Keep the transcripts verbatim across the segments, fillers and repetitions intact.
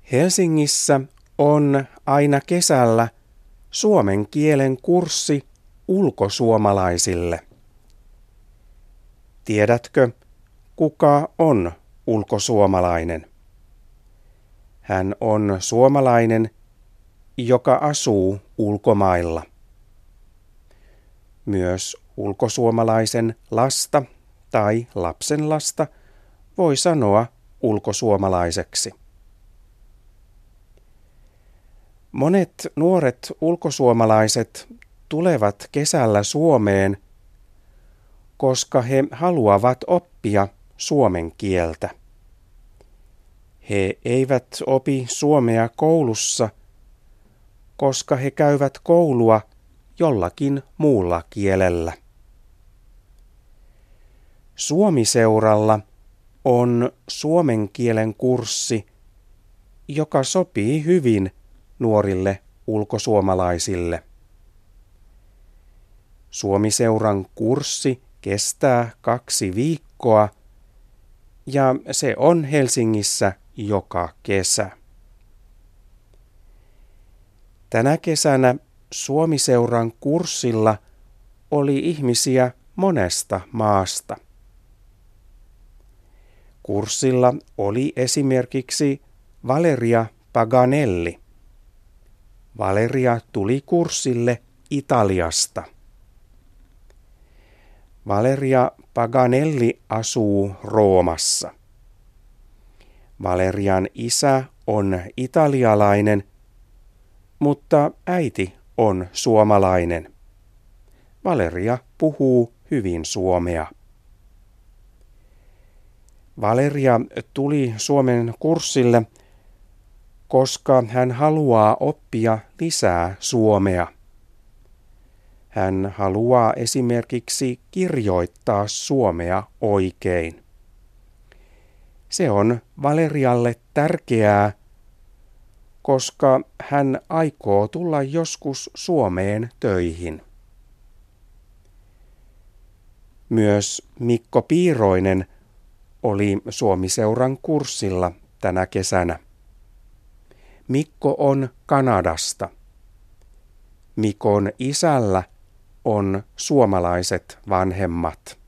Helsingissä on aina kesällä suomen kielen kurssi ulkosuomalaisille. Tiedätkö, kuka on ulkosuomalainen? Hän on suomalainen, joka asuu ulkomailla. Myös ulkosuomalaisen lasta tai lapsenlasta voi sanoa ulkosuomalaiseksi. Monet nuoret ulkosuomalaiset tulevat kesällä Suomeen, koska he haluavat oppia suomen kieltä. He eivät opi suomea koulussa, koska he käyvät koulua jollakin muulla kielellä. Suomiseuralla on suomen kielen kurssi, joka sopii hyvin nuorille ulkosuomalaisille. Suomiseuran kurssi kestää kaksi viikkoa ja se on Helsingissä joka kesä. Tänä kesänä Suomiseuran kurssilla oli ihmisiä monesta maasta. Kurssilla oli esimerkiksi Valeria Paganelli. Valeria tuli kurssille Italiasta. Valeria Paganelli asuu Roomassa. Valerian isä on italialainen, mutta äiti on suomalainen. Valeria puhuu hyvin suomea. Valeria tuli Suomen kurssille, koska hän haluaa oppia lisää suomea. Hän haluaa esimerkiksi kirjoittaa suomea oikein. Se on Valerialle tärkeää, koska hän aikoo tulla joskus Suomeen töihin. Myös Mikko Piiroinen oli Suomiseuran kurssilla tänä kesänä. Mikko on Kanadasta. Mikon isällä on suomalaiset vanhemmat.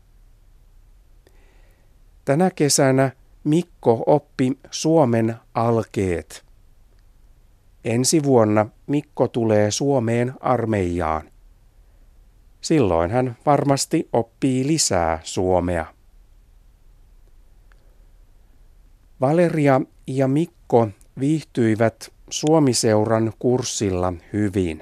Tänä kesänä Mikko oppi suomen alkeet. Ensi vuonna Mikko tulee Suomeen armeijaan. Silloin hän varmasti oppii lisää suomea. Valeria ja Mikko viihtyivät Suomiseuran kurssilla hyvin.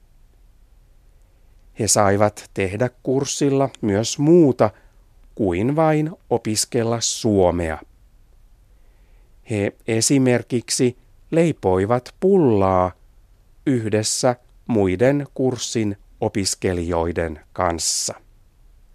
He saivat tehdä kurssilla myös muuta kuin vain opiskella suomea. He esimerkiksi leipoivat pullaa yhdessä muiden kurssin opiskelijoiden kanssa.